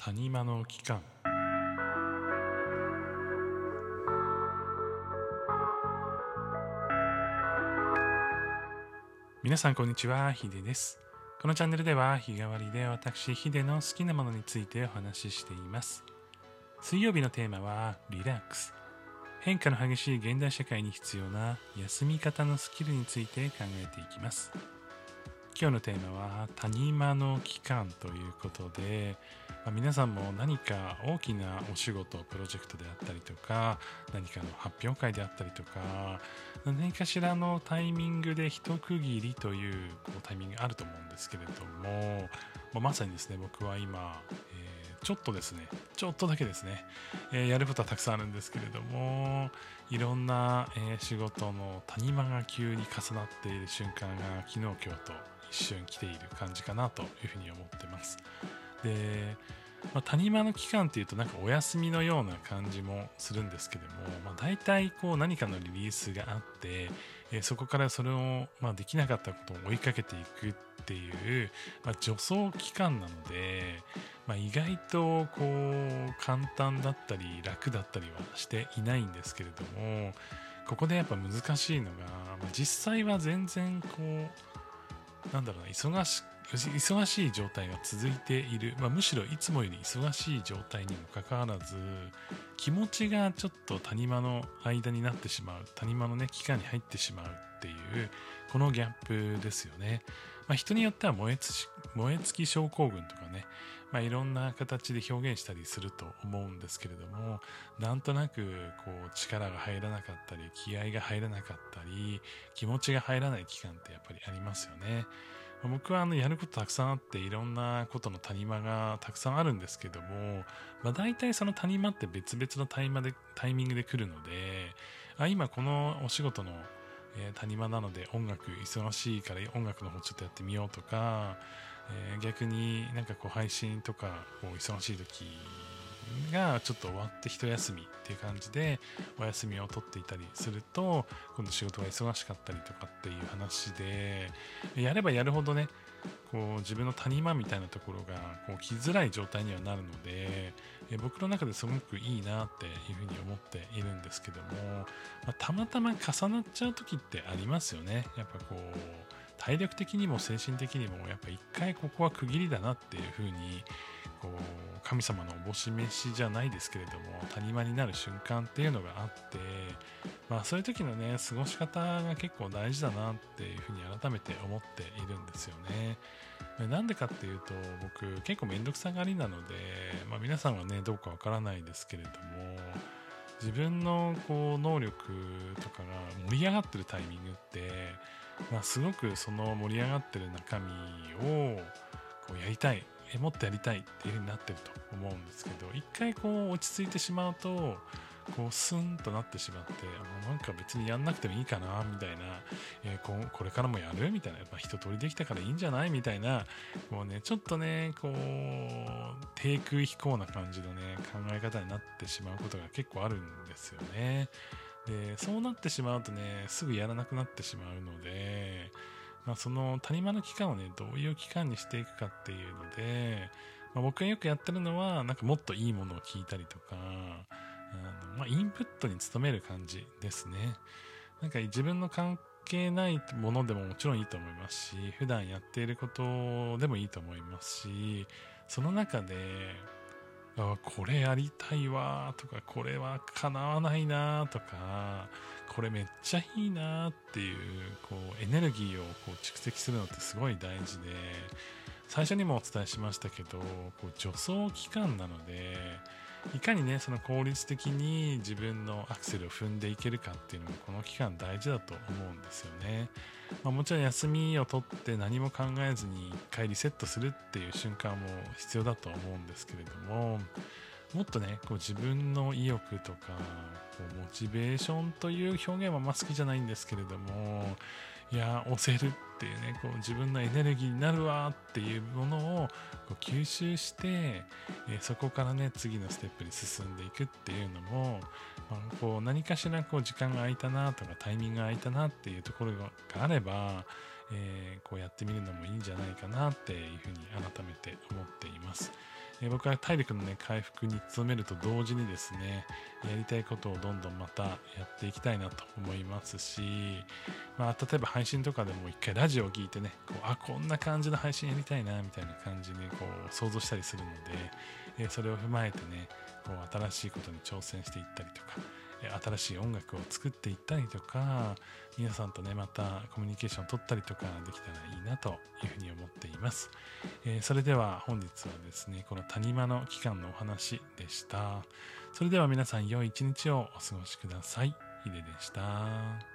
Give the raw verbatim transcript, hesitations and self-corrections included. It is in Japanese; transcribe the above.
谷間の期間。皆さんこんにちは、ヒデです。このチャンネルでは日替わりで私ヒデの好きなものについてお話ししています。水曜日のテーマはリラックス。変化の激しい現代社会に必要な休み方のスキルについて考えていきます。今日のテーマは谷間の期間ということで、まあ、皆さんも何か大きなお仕事プロジェクトであったりとか、何かの発表会であったりとか、何かしらのタイミングで一区切りというこうタイミングがあると思うんですけれども、まあ、まさにですね、僕は今、えー、ちょっとですねちょっとだけですね、えー、やることはたくさんあるんですけれども、いろんな、えー、仕事の谷間が急に重なっている瞬間が昨日今日と一瞬来ている感じかなというふうに思ってます。で、まあ、谷間の期間っていうとなんかお休みのような感じもするんですけども、まあ、大体こう何かのリリースがあって、えー、そこからそれを、まあ、できなかったことを追いかけていくっていう、まあ、助走期間なので、まあ、意外とこう簡単だったり楽だったりはしていないんですけれども、ここでやっぱ難しいのが、まあ、実際は全然こうなんだろうな、忙し忙しい状態が続いている、まあ、むしろいつもより忙しい状態にもかかわらず、気持ちがちょっと谷間の間になってしまう、谷間のね期間に入ってしまうっていうこのギャップですよね。まあ、人によっては燃えつ燃え尽き症候群とかね、まあ、いろんな形で表現したりすると思うんですけれども、なんとなくこう力が入らなかったり、気合が入らなかったり、気持ちが入らない期間ってやっぱりありますよね。僕はあのやることたくさんあって、いろんなことの谷間がたくさんあるんですけども、まあ、大体その谷間って別々のタイマでタイミングで来るので、あ今このお仕事のえー、谷間なので音楽忙しいから音楽の方ちょっとやってみようとか、えー、逆になんかこう配信とかこう忙しい時がちょっと終わって一休みっていう感じでお休みを取っていたりすると、今度仕事が忙しかったりとかっていう話で、やればやるほどねこう自分の谷間みたいなところがこう来づらい状態にはなるので、え僕の中ですごくいいなっていうふうに思っているんですけども、まあ、たまたま重なっちゃう時ってありますよね。やっぱこう体力的にも精神的にもやっぱ一回ここは区切りだなっていうふうにこう神様のおぼし飯じゃないですけれども谷間になる瞬間っていうのがあって、まあ、そういう時のね過ごし方が結構大事だなっていうふうに改めて思っているんですよね。なんでかっていうと僕結構めんどくさがりなので、まあ、皆さんはねどうかわからないですけれども、自分のこう能力とかが盛り上がってるタイミングって、まあ、すごくその盛り上がってる中身をこうやりたいえもっとやりたいっていう風になってると思うんですけど、一回こう落ち着いてしまうとこうスンとなってしまって、あなんか別にやんなくてもいいかなみたいな、えー、ここれからもやるみたいな、まあ、一通りできたからいいんじゃないみたいな、こうねちょっとねこう低空飛行な感じのね考え方になってしまうことが結構あるんですよね。でそうなってしまうとねすぐやらなくなってしまうので、まあ、その谷間の期間をねどういう期間にしていくかっていうので、まあ、僕がよくやってるのはなんかもっといいものを聞いたりとか、あの、まあ、インプットに努める感じですね。なんか自分の関係ないものでももちろんいいと思いますし、普段やっていることでもいいと思いますし、その中であこれやりたいわとか、これは叶わないなとか、これめっちゃいいなっていう、こう、エネルギーをこう蓄積するのってすごい大事で、最初にもお伝えしましたけど、こう助走期間なので、いかにね、その効率的に自分のアクセルを踏んでいけるかっていうのもこの期間大事だと思うんですよね。まあ、もちろん休みを取って何も考えずに一回リセットするっていう瞬間も必要だと思うんですけれども、もっとねこう自分の意欲とかこうモチベーションという表現はあんま好きじゃないんですけれども、いや押せるっていうねこう自分のエネルギーになるわっていうものをこう吸収して、えー、そこからね次のステップに進んでいくっていうのも、まあ、こう何かしらこう時間が空いたなとかタイミングが空いたなっていうところがあれば、えー、こうやってみるのもいいんじゃないかなっていうふうに改めて思っています。 えー、僕は体力のね回復に努めると同時にですね、やりたいことをどんどんまたやっていきたいなと思いますし、まあ、例えば配信とかでも一回ラジオを聞いてね、こうあこんな感じの配信やりたいなみたいな感じにこう想像したりするので、えー、それを踏まえてね、こう新しいことに挑戦していったりとか、新しい音楽を作っていったりとか、皆さんとねまたコミュニケーションを取ったりとかできたらいいなというふうに思っています。えー、それでは本日はですね、この谷間の期間のお話でした。それでは皆さん良い一日をお過ごしください。ヒデでした。